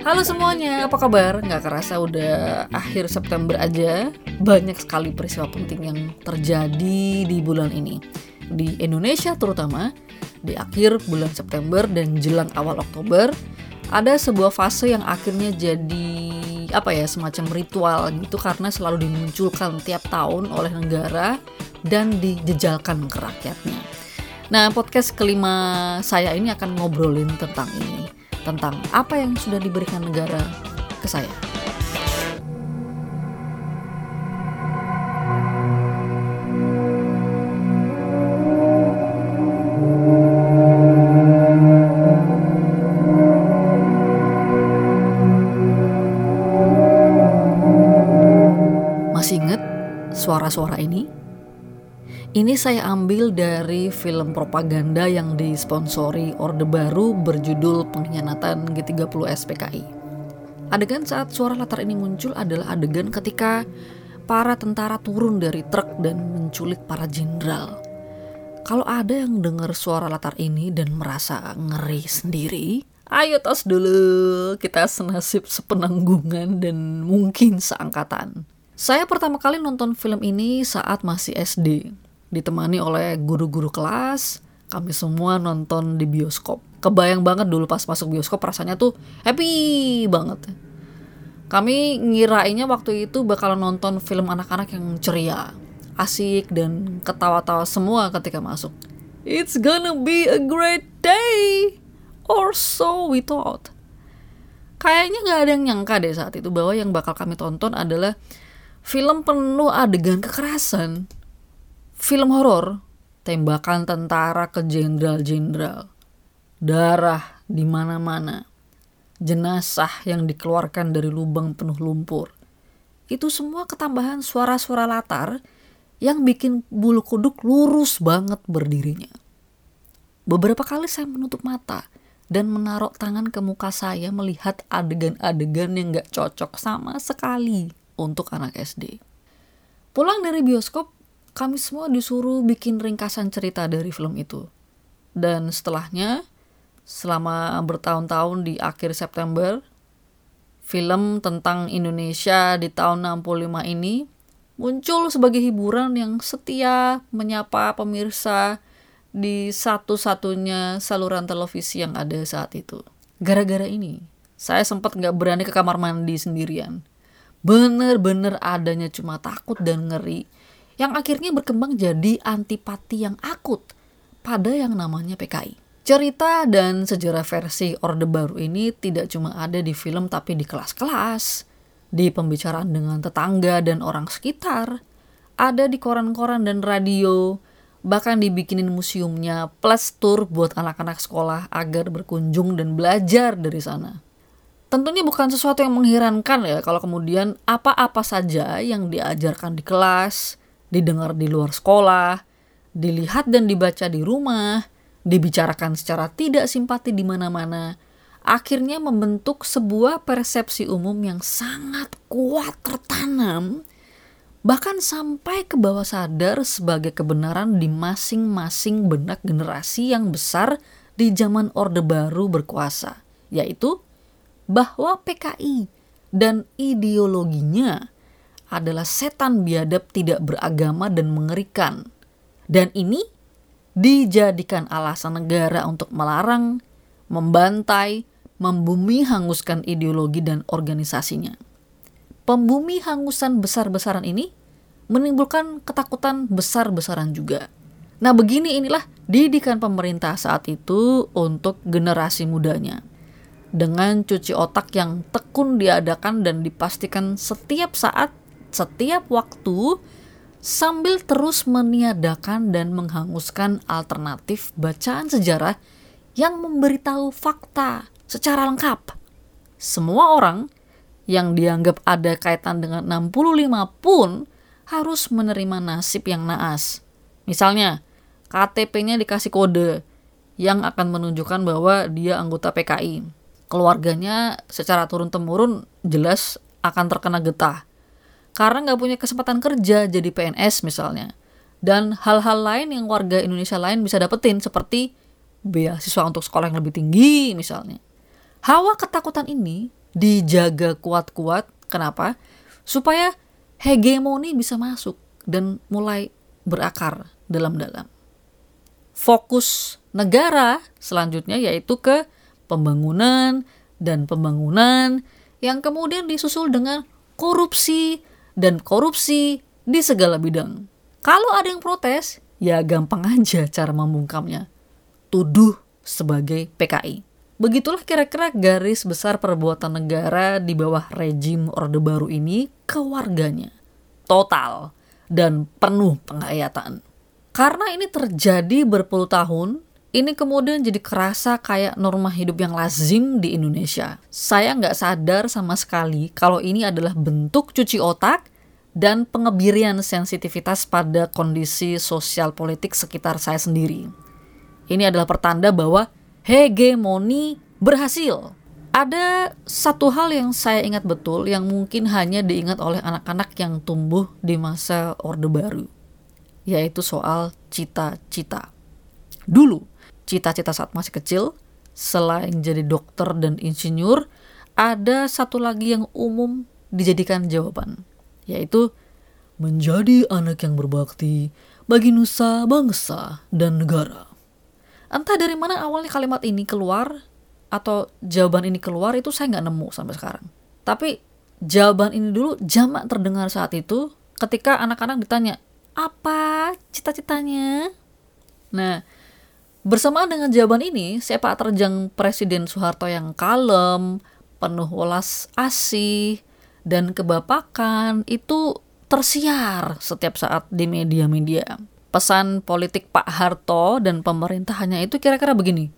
Halo semuanya, apa kabar? Nggak kerasa udah akhir September aja. Banyak sekali peristiwa penting yang terjadi di bulan ini. Di Indonesia terutama, di akhir bulan September dan jelang awal Oktober, ada sebuah fase yang akhirnya jadi semacam ritual gitu karena selalu dimunculkan tiap tahun oleh negara dan dijejalkan ke rakyatnya. Nah, podcast kelima saya ini akan ngobrolin tentang ini. Tentang apa yang sudah diberikan negara ke saya. Masih ingat suara-suara ini? Ini saya ambil dari film propaganda yang disponsori Orde Baru berjudul Pengkhianatan G30 SPKI. Adegan saat suara latar ini muncul adalah adegan ketika para tentara turun dari truk dan menculik para jenderal. Kalau ada yang dengar suara latar ini dan merasa ngeri sendiri, ayo tos dulu, kita senasib sepenanggungan dan mungkin seangkatan. Saya pertama kali nonton film ini saat masih SD. Ditemani oleh guru-guru kelas, kami semua nonton di bioskop. Kebayang banget dulu pas masuk bioskop rasanya tuh happy banget. Kami ngirainnya waktu itu bakalan nonton film anak-anak yang ceria, asik dan ketawa-tawa semua ketika masuk. It's gonna be a great day, or so we thought. Kayaknya gak ada yang nyangka deh saat itu bahwa yang bakal kami tonton adalah film penuh adegan kekerasan. Film horor, tembakan tentara ke jenderal-jenderal, darah di mana-mana, jenazah yang dikeluarkan dari lubang penuh lumpur. Itu semua ketambahan suara-suara latar yang bikin bulu kuduk lurus banget berdirinya. Beberapa kali saya menutup mata dan menaruh tangan ke muka saya melihat adegan-adegan yang gak cocok sama sekali untuk anak SD. Pulang dari bioskop, kami semua disuruh bikin ringkasan cerita dari film itu. Dan setelahnya, selama bertahun-tahun di akhir September, film tentang Indonesia di tahun 65 ini muncul sebagai hiburan yang setia menyapa pemirsa di satu-satunya saluran televisi yang ada saat itu. Gara-gara ini, saya sempat gak berani ke kamar mandi sendirian. Bener-bener adanya cuma takut dan ngeri yang akhirnya berkembang jadi antipati yang akut pada yang namanya PKI. Cerita dan sejarah versi Orde Baru ini tidak cuma ada di film tapi di kelas-kelas, di pembicaraan dengan tetangga dan orang sekitar, ada di koran-koran dan radio, bahkan dibikinin museumnya plus tour buat anak-anak sekolah agar berkunjung dan belajar dari sana. Tentunya bukan sesuatu yang mengherankan ya kalau kemudian apa-apa saja yang diajarkan di kelas, didengar di luar sekolah, dilihat dan dibaca di rumah, dibicarakan secara tidak simpati di mana-mana, akhirnya membentuk sebuah persepsi umum yang sangat kuat tertanam, bahkan sampai ke bawah sadar sebagai kebenaran di masing-masing benak generasi yang besar di zaman Orde Baru berkuasa, yaitu bahwa PKI dan ideologinya adalah setan biadab tidak beragama dan mengerikan. Dan ini dijadikan alasan negara untuk melarang, membantai, membumi hanguskan ideologi dan organisasinya. Pembumi hangusan besar-besaran ini menimbulkan ketakutan besar-besaran juga. Nah, inilah didikan pemerintah saat itu untuk generasi mudanya. Dengan cuci otak yang tekun diadakan dan dipastikan setiap saat, setiap waktu, sambil terus meniadakan dan menghanguskan alternatif bacaan sejarah yang memberitahu fakta secara lengkap. Semua orang yang dianggap ada kaitan dengan 65 pun harus menerima nasib yang naas. Misalnya, KTP-nya dikasih kode yang akan menunjukkan bahwa dia anggota PKI. Keluarganya secara turun-temurun jelas akan terkena getah karena nggak punya kesempatan kerja jadi PNS misalnya. Dan hal-hal lain yang warga Indonesia lain bisa dapetin seperti beasiswa untuk sekolah yang lebih tinggi misalnya. Hawa ketakutan ini dijaga kuat-kuat. Kenapa? Supaya hegemoni bisa masuk dan mulai berakar dalam-dalam. Fokus negara selanjutnya yaitu ke pembangunan dan pembangunan yang kemudian disusul dengan korupsi dan korupsi di segala bidang. Kalau ada yang protes, ya gampang aja cara membungkamnya. Tuduh sebagai PKI. Begitulah kira-kira garis besar perbuatan negara di bawah rejim Orde Baru ini ke warganya. Total dan penuh penghayatan. Karena ini terjadi berpuluh tahun, ini kemudian jadi kerasa kayak norma hidup yang lazim di Indonesia. Saya nggak sadar sama sekali kalau ini adalah bentuk cuci otak dan pengebirian sensitivitas pada kondisi sosial politik sekitar saya sendiri. Ini adalah pertanda bahwa hegemoni berhasil. Ada satu hal yang saya ingat betul yang mungkin hanya diingat oleh anak-anak yang tumbuh di masa Orde Baru, yaitu soal cita-cita. Dulu, cita-cita saat masih kecil, selain jadi dokter dan insinyur, ada satu lagi yang umum dijadikan jawaban, yaitu menjadi anak yang berbakti bagi nusa, bangsa, dan negara. Entah dari mana awalnya kalimat ini keluar atau jawaban ini keluar, itu saya nggak nemu sampai sekarang. Tapi jawaban ini dulu jamak terdengar saat itu ketika anak-anak ditanya, apa cita-citanya? Nah, bersamaan dengan jawaban ini, sepak terjang Presiden Soeharto yang kalem, penuh welas asih, dan kebapakan itu tersiar setiap saat di media-media. Pesan politik Pak Harto dan pemerintahannya itu kira-kira begini.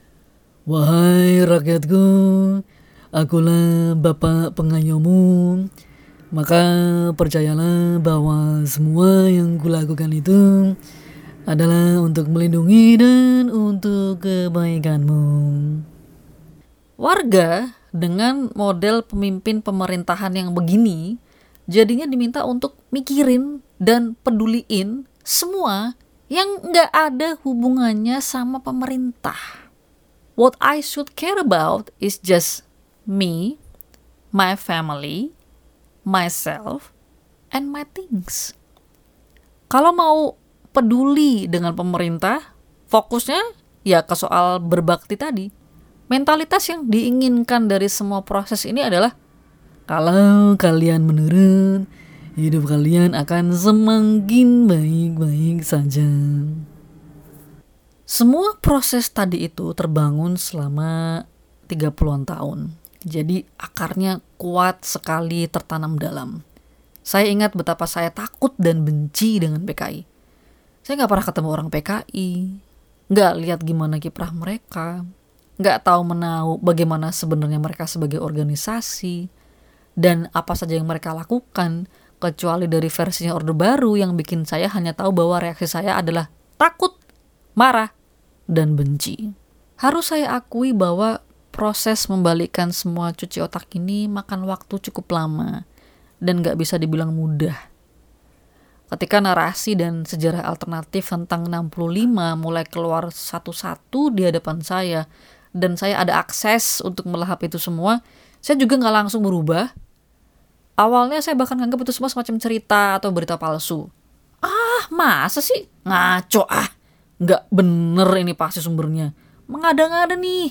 Wahai rakyatku, akulah Bapak pengayommu. Maka percayalah bahwa semua yang kulakukan itu adalah untuk melindungi dan untuk kebaikanmu. Warga dengan model pemimpin pemerintahan yang begini jadinya diminta untuk mikirin dan peduliin semua yang nggak ada hubungannya sama pemerintah. What I should care about is just me, my family, myself, and my things. Kalau mau peduli dengan pemerintah, fokusnya ya ke soal berbakti tadi. Mentalitas yang diinginkan dari semua proses ini adalah kalau kalian menurut, hidup kalian akan semakin baik-baik saja. Semua proses tadi itu terbangun selama 30-an tahun. Jadi akarnya kuat sekali tertanam dalam. Saya ingat betapa saya takut dan benci dengan PKI. Saya gak pernah ketemu orang PKI, gak lihat gimana kiprah mereka, gak tahu menau bagaimana sebenarnya mereka sebagai organisasi, dan apa saja yang mereka lakukan, kecuali dari versinya Orde Baru yang bikin saya hanya tahu bahwa reaksi saya adalah takut, marah, dan benci. Harus saya akui bahwa proses membalikkan semua cuci otak ini makan waktu cukup lama dan gak bisa dibilang mudah. Ketika narasi dan sejarah alternatif tentang 65 mulai keluar satu-satu di hadapan saya dan saya ada akses untuk melahap itu semua, saya juga gak langsung berubah. Awalnya saya bahkan anggap itu semua semacam cerita atau berita palsu. Masa sih? Ngaco Nggak bener ini pasti sumbernya. Mengada-ngada nih.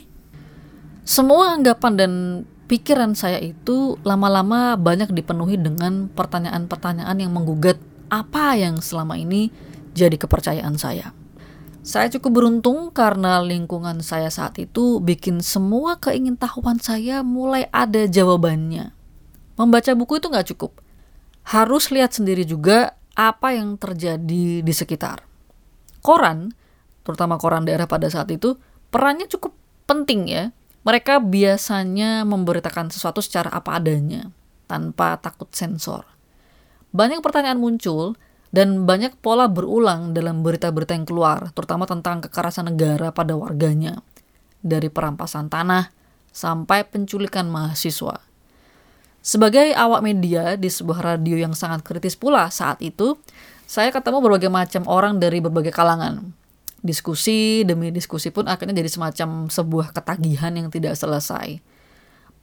Semua anggapan dan pikiran saya itu lama-lama banyak dipenuhi dengan pertanyaan-pertanyaan yang menggugat apa yang selama ini jadi kepercayaan saya. Saya cukup beruntung karena lingkungan saya saat itu bikin semua keingintahuan saya mulai ada jawabannya. Membaca buku itu nggak cukup. Harus lihat sendiri juga apa yang terjadi di sekitar. Koran, terutama koran daerah pada saat itu, perannya cukup penting ya. Mereka biasanya memberitakan sesuatu secara apa adanya, tanpa takut sensor. Banyak pertanyaan muncul, dan banyak pola berulang dalam berita-berita yang keluar, terutama tentang kekerasan negara pada warganya. Dari perampasan tanah, sampai penculikan mahasiswa. Sebagai awak media di sebuah radio yang sangat kritis pula saat itu, saya ketemu berbagai macam orang dari berbagai kalangan. Diskusi demi diskusi pun akhirnya jadi semacam sebuah ketagihan yang tidak selesai.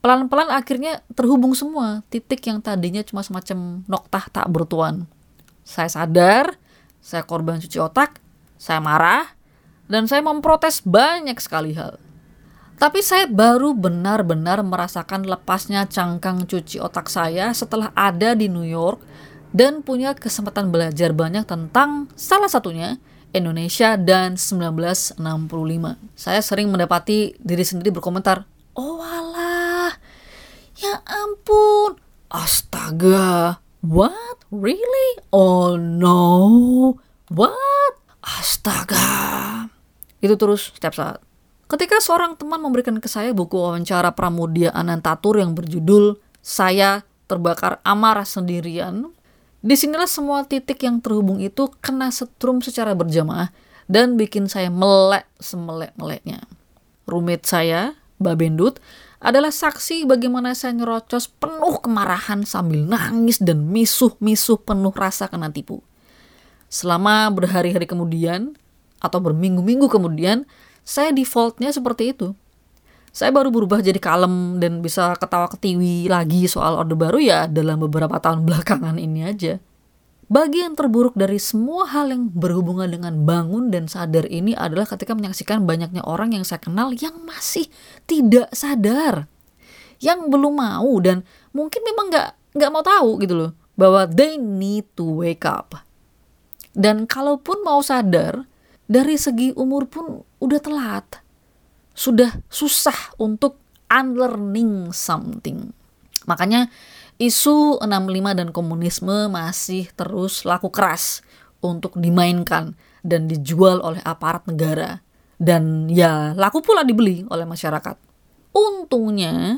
Pelan-pelan akhirnya terhubung semua, titik yang tadinya cuma semacam noktah tak bertuan. Saya sadar, saya korban cuci otak, saya marah, dan saya memprotes banyak sekali hal. Tapi saya baru benar-benar merasakan lepasnya cangkang cuci otak saya setelah ada di New York dan punya kesempatan belajar banyak tentang salah satunya Indonesia dan 1965. Saya sering mendapati diri sendiri berkomentar, "Oh alah, ya ampun, astaga, what? Really? Oh no, what? Astaga." Itu terus setiap saat. Ketika seorang teman memberikan ke saya buku wawancara Pramudia Anantatur yang berjudul Saya Terbakar Amarah Sendirian, disinilah semua titik yang terhubung itu kena setrum secara berjamaah dan bikin saya melek semelek-meleknya. Roommate saya, Mbak Bendut, adalah saksi bagaimana saya nyerocos penuh kemarahan sambil nangis dan misuh-misuh penuh rasa kena tipu. Selama berhari-hari kemudian atau berminggu-minggu kemudian, saya defaultnya seperti itu. Saya baru berubah jadi kalem dan bisa ketawa-ketiwi lagi soal Orde Baru ya dalam beberapa tahun belakangan ini aja. Bagian terburuk dari semua hal yang berhubungan dengan bangun dan sadar ini adalah ketika menyaksikan banyaknya orang yang saya kenal yang masih tidak sadar, yang belum mau dan mungkin memang nggak mau tahu gitu loh bahwa they need to wake up. Dan kalaupun mau sadar, dari segi umur pun udah telat, sudah susah untuk unlearning something. Makanya isu 65 dan komunisme masih terus laku keras untuk dimainkan dan dijual oleh aparat negara. Dan ya laku pula dibeli oleh masyarakat. Untungnya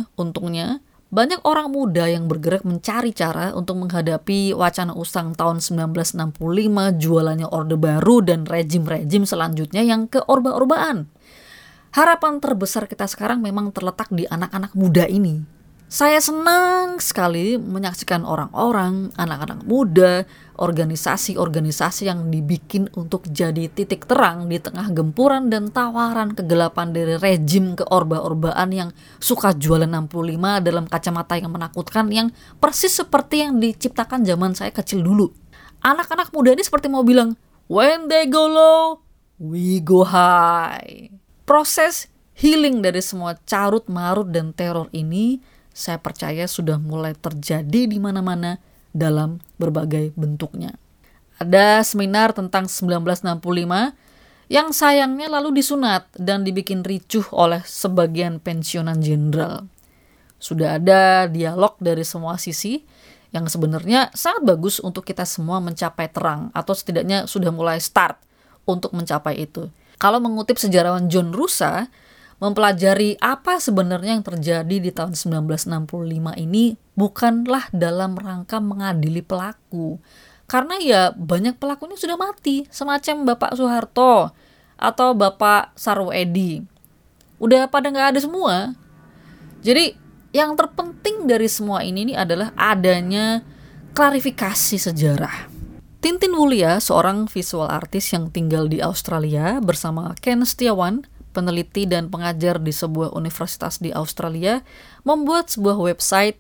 banyak orang muda yang bergerak mencari cara untuk menghadapi wacana usang tahun 1965, jualannya Orde Baru dan rejim-rejim selanjutnya yang keorba-orbaan. Harapan terbesar kita sekarang memang terletak di anak-anak muda ini. Saya senang sekali menyaksikan orang-orang, anak-anak muda, organisasi-organisasi yang dibikin untuk jadi titik terang di tengah gempuran dan tawaran kegelapan dari rejim keorba-orbaan yang suka jualan 65 dalam kacamata yang menakutkan yang persis seperti yang diciptakan zaman saya kecil dulu. Anak-anak muda ini seperti mau bilang, when they go low, we go high. Proses healing dari semua carut-marut dan teror ini saya percaya sudah mulai terjadi di mana-mana dalam berbagai bentuknya. Ada seminar tentang 1965 yang sayangnya lalu disunat dan dibikin ricuh oleh sebagian pensiunan jenderal. Sudah ada dialog dari semua sisi yang sebenarnya sangat bagus untuk kita semua mencapai terang atau setidaknya sudah mulai start untuk mencapai itu. Kalau mengutip sejarawan John Rusa, mempelajari apa sebenarnya yang terjadi di tahun 1965 ini bukanlah dalam rangka mengadili pelaku. Karena ya banyak pelakunya sudah mati, semacam Bapak Soeharto atau Bapak Sarwo Edi. Udah pada gak ada semua. Jadi yang terpenting dari semua ini adalah adanya klarifikasi sejarah. Tintin Wulia, seorang visual artis yang tinggal di Australia bersama Ken Setiawan, peneliti dan pengajar di sebuah universitas di Australia, membuat sebuah website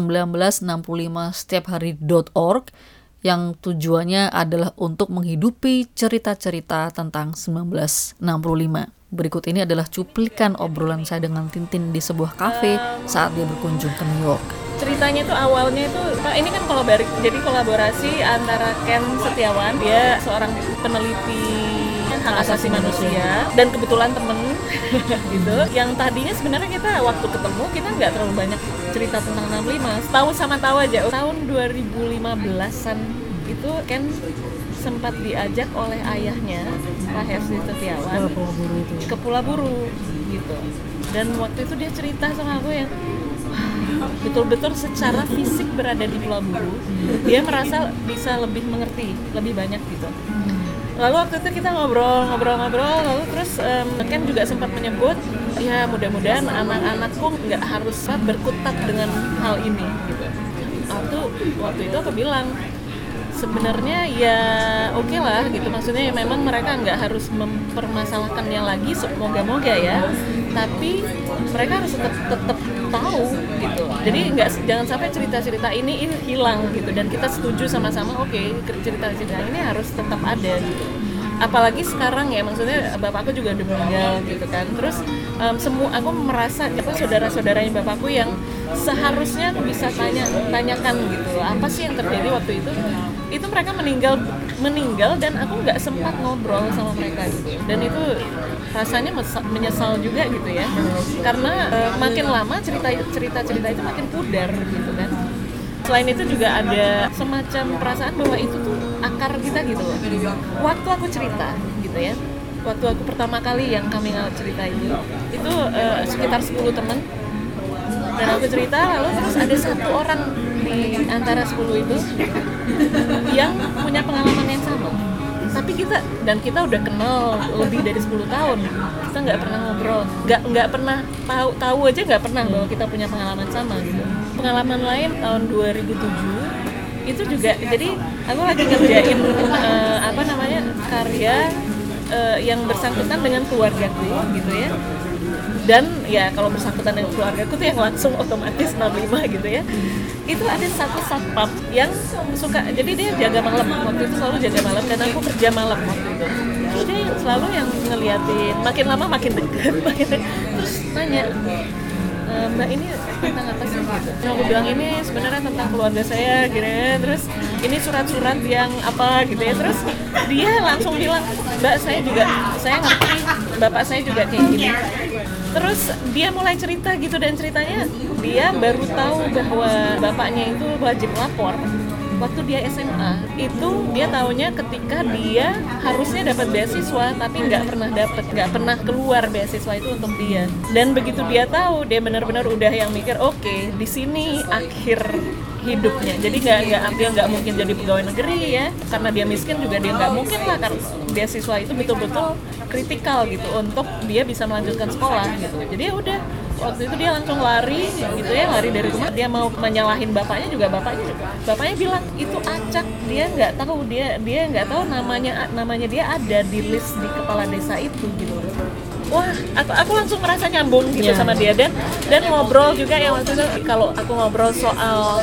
1965setiaphari.org yang tujuannya adalah untuk menghidupi cerita-cerita tentang 1965. Berikut ini adalah cuplikan obrolan saya dengan Tintin di sebuah kafe saat dia berkunjung ke New York. Ceritanya tuh awalnya itu, ini kan jadi kolaborasi antara Ken Setiawan, dia seorang peneliti hak asasi manusia dan kebetulan temen gitu yang tadinya sebenarnya kita waktu ketemu kita nggak terlalu banyak cerita tentang 65, tahu sama tahu aja. Tahun 2015an itu Ken sempat diajak oleh ayahnya Pak Hersi Setiawan ke Pulau Buru gitu, dan waktu itu dia cerita sama aku yang betul-betul secara fisik berada di Pulau Buru, dia merasa bisa lebih mengerti lebih banyak gitu. Lalu waktu itu kita ngobrol, lalu terus Ken juga sempat menyebut, ya mudah-mudahan anak-anakku nggak harus berkutat dengan hal ini gitu. Waktu itu aku bilang, sebenarnya ya oke lah gitu, maksudnya ya memang mereka nggak harus mempermasalahkannya lagi, moga-moga ya, tapi mereka harus tetap tahu gitu. Jadi jangan sampai cerita-cerita ini hilang gitu, dan kita setuju sama-sama oke, cerita-cerita ini harus tetap ada gitu. Apalagi sekarang ya, maksudnya bapakku juga udah meninggal gitu kan. Terus aku merasa saudara-saudaranya bapakku yang seharusnya aku bisa tanyakan gitu, apa sih yang terjadi waktu itu mereka meninggal dan aku nggak sempat ngobrol sama mereka gitu. Dan itu rasanya menyesal juga gitu ya, karena makin lama cerita itu makin pudar gitu kan. Selain itu juga ada semacam perasaan bahwa itu tuh akar kita gitu loh. Waktu aku cerita gitu ya, waktu aku pertama kali yang coming out cerita itu sekitar 10 teman, dan aku cerita, lalu terus ada satu orang di antara 10 itu yang punya pengalaman yang sama. Tapi kita udah kenal lebih dari 10 tahun, kita nggak pernah ngobrol, nggak pernah tahu aja nggak pernah bahwa kita punya pengalaman sama gitu. Pengalaman lain tahun 2007 itu juga, jadi aku lagi ngerjain karya yang bersangkutan dengan keluargaku gitu ya. Dan ya kalau bersangkutan dengan keluargaku tuh yang langsung otomatis 65 gitu ya. Itu ada satu satpam yang suka, jadi dia jaga malam, waktu itu selalu jaga malam, dan aku kerja malam waktu itu. Terus dia selalu yang ngeliatin, makin lama makin dekat, terus nanya, Mbak ini tentang apa sih gitu. Nah, aku bilang ini sebenarnya tentang keluarga saya gitu ya. Terus ini surat-surat yang apa gitu ya. Terus dia langsung bilang, Mbak saya ngerti bapak saya juga kayak gini. Terus dia mulai cerita gitu, dan ceritanya dia baru tahu bahwa bapaknya itu wajib lapor waktu dia SMA. Itu dia taunya ketika dia harusnya dapat beasiswa tapi nggak pernah keluar beasiswa itu untuk dia. Dan begitu dia tahu, dia benar-benar udah yang mikir oke, di sini akhir hidupnya. Jadi dia nggak mungkin jadi pegawai negeri ya, karena dia miskin juga dia nggak mungkin lah, karena beasiswa itu betul-betul kritikal gitu untuk dia bisa melanjutkan sekolah gitu. Jadi ya udah, waktu itu dia langsung lari gitu ya, lari dari rumah. Dia mau menyalahin bapaknya bapaknya bilang itu acak, dia nggak tahu namanya dia ada di list di kepala desa itu gitu. Wah, aku langsung merasa nyambung gitu sama dia, dan ngobrol juga yang waktu itu, kalau aku ngobrol soal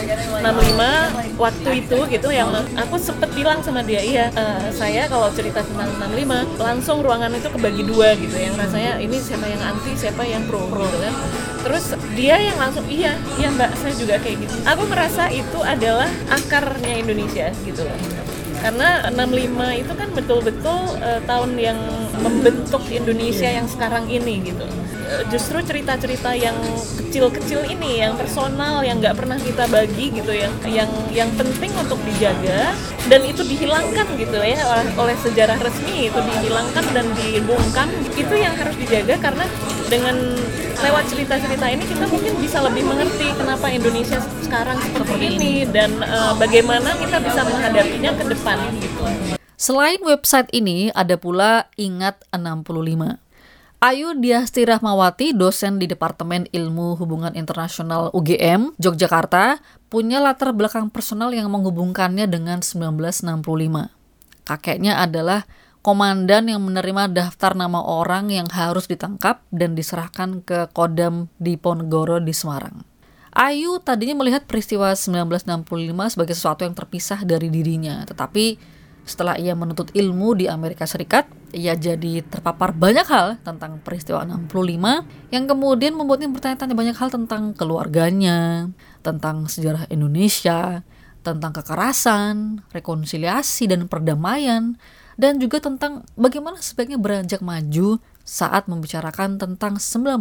65 waktu itu gitu, yang aku sempet bilang sama dia, saya kalau cerita tentang 65 langsung ruangan itu kebagi dua gitu, yang rasanya ini siapa yang anti, siapa yang pro gitu kan. Terus dia yang langsung iya Mbak, saya juga kayak gitu. Aku merasa itu adalah akarnya Indonesia gitu loh. Karena 65 itu kan betul-betul tahun yang membentuk Indonesia yang sekarang ini gitu. Justru cerita-cerita yang kecil-kecil ini, yang personal, yang nggak pernah kita bagi gitu, yang penting untuk dijaga, dan itu dihilangkan gitu ya oleh sejarah resmi, itu dihilangkan dan dibungkam, itu yang harus dijaga. Karena dengan lewat cerita-cerita ini kita mungkin bisa lebih mengerti kenapa Indonesia sekarang seperti ini, dan bagaimana kita bisa menghadapinya ke depan gitu. Selain website ini, ada pula Ingat 65. Ayu Diasti Rahmawati, dosen di Departemen Ilmu Hubungan Internasional UGM, Yogyakarta, punya latar belakang personal yang menghubungkannya dengan 1965. Kakeknya adalah komandan yang menerima daftar nama orang yang harus ditangkap dan diserahkan ke Kodam Diponegoro di Semarang. Ayu tadinya melihat peristiwa 1965 sebagai sesuatu yang terpisah dari dirinya, tetapi setelah ia menuntut ilmu di Amerika Serikat, ia jadi terpapar banyak hal tentang peristiwa 65 yang kemudian membuatnya bertanya-tanya banyak hal tentang keluarganya, tentang sejarah Indonesia, tentang kekerasan, rekonsiliasi dan perdamaian, dan juga tentang bagaimana sebaiknya beranjak maju saat membicarakan tentang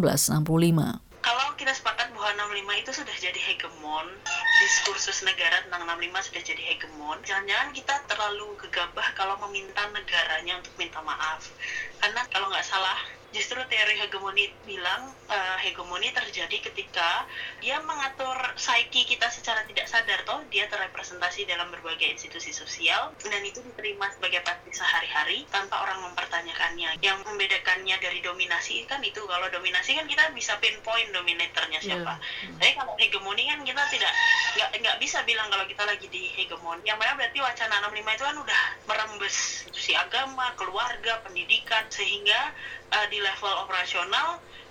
1965. Kalau kita sepakat bahwa 65 itu sudah jadi hegemon, diskursus negara tentang 65 sudah jadi hegemon, jangan-jangan kita terlalu gegabah kalau meminta negaranya untuk minta maaf. Karena kalau nggak salah, justru teori hegemoni bilang hegemoni terjadi ketika dia mengatur psyche kita secara tidak sadar, toh dia terrepresentasi dalam berbagai institusi sosial, dan itu diterima sebagai praktik sehari-hari tanpa orang mempertanyakannya. Yang membedakannya dari dominasi kan itu, kalau dominasi kan kita bisa pinpoint dominatornya siapa. Tapi kalau hegemoni kan kita nggak bisa bilang kalau kita lagi di hegemon. Yang mana berarti wacana 65 itu kan udah merembes institusi agama, keluarga, pendidikan, sehingga di level operasional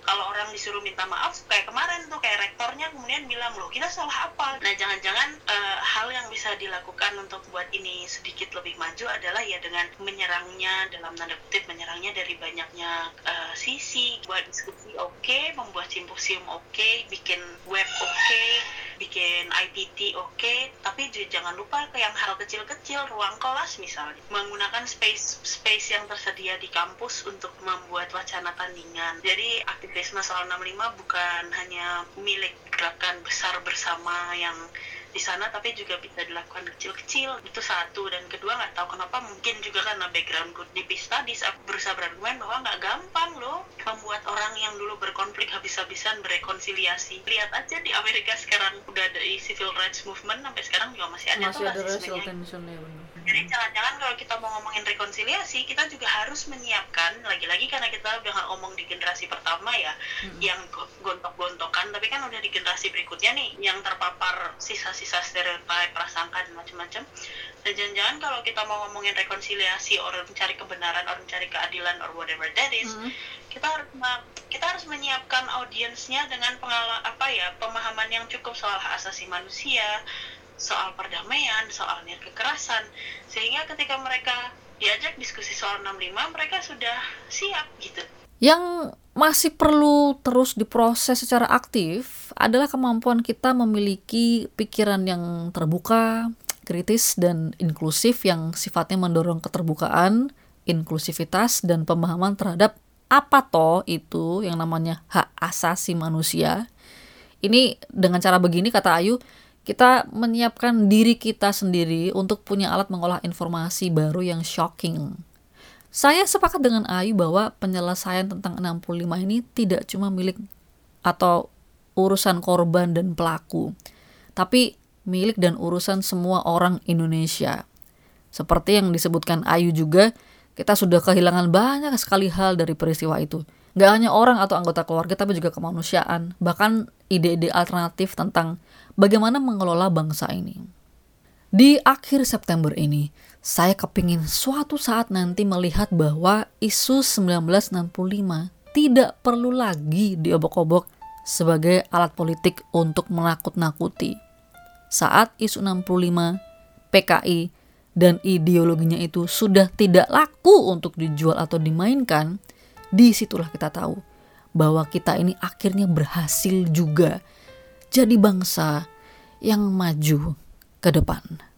kalau orang disuruh minta maaf kayak kemarin tuh, kayak rektornya kemudian bilang, loh kita salah apa? Nah jangan-jangan hal yang bisa dilakukan untuk buat ini sedikit lebih maju adalah ya dengan menyerangnya, dalam tanda kutip menyerangnya dari banyaknya sisi, buat diskusi oke, membuat simposium oke, bikin web oke, bikin IPT oke, tapi jangan lupa ke yang hal kecil-kecil, ruang kelas misalnya, menggunakan space yang tersedia di kampus untuk membuat wacana tandingan. Jadi aktivisme soal 65 bukan hanya milik gerakan besar bersama yang di sana, tapi juga bisa dilakukan kecil-kecil. Itu satu. Dan kedua, nggak tahu kenapa, mungkin juga karena backgroundku di peace studies, aku berusaha berargumen bahwa nggak gampang loh membuat orang yang dulu berkonflik habis-habisan berekonsiliasi. Lihat aja di Amerika sekarang udah ada civil rights movement, sampai sekarang juga masih ada tuh racial tension ya, benar. Jadi jangan-jangan kalau kita mau ngomongin rekonsiliasi, kita juga harus menyiapkan, lagi-lagi karena kita udah nggak ngomong di generasi pertama ya, yang gontok-gontokan, tapi kan udah di generasi berikutnya nih, yang terpapar sisa-sisa stereotip, prasangka, dan macam-macam. Dan jangan-jangan kalau kita mau ngomongin rekonsiliasi, orang mencari kebenaran, orang mencari keadilan, or whatever that is, kita harus menyiapkan audiensnya dengan pemahaman yang cukup soal hak asasi manusia, soal perdamaian, soal niat kekerasan, sehingga ketika mereka diajak diskusi soal 65, mereka sudah siap gitu. Yang masih perlu terus diproses secara aktif adalah kemampuan kita memiliki pikiran yang terbuka, kritis, dan inklusif yang sifatnya mendorong keterbukaan, inklusivitas, dan pemahaman terhadap apa toh itu yang namanya hak asasi manusia. Ini dengan cara begini, kata Ayu, kita menyiapkan diri kita sendiri untuk punya alat mengolah informasi baru yang shocking. Saya sepakat dengan Ayu bahwa penyelesaian tentang 65 ini tidak cuma milik atau urusan korban dan pelaku, tapi milik dan urusan semua orang Indonesia. Seperti yang disebutkan Ayu juga, kita sudah kehilangan banyak sekali hal dari peristiwa itu. Gak hanya orang atau anggota keluarga, tapi juga kemanusiaan, bahkan ide-ide alternatif tentang bagaimana mengelola bangsa ini. Di akhir September ini, saya kepingin suatu saat nanti melihat bahwa isu 1965 tidak perlu lagi diobok-obok sebagai alat politik untuk menakut-nakuti. Saat isu 65, PKI, dan ideologinya itu sudah tidak laku untuk dijual atau dimainkan, disitulah kita tahu bahwa kita ini akhirnya berhasil juga jadi bangsa yang maju ke depan.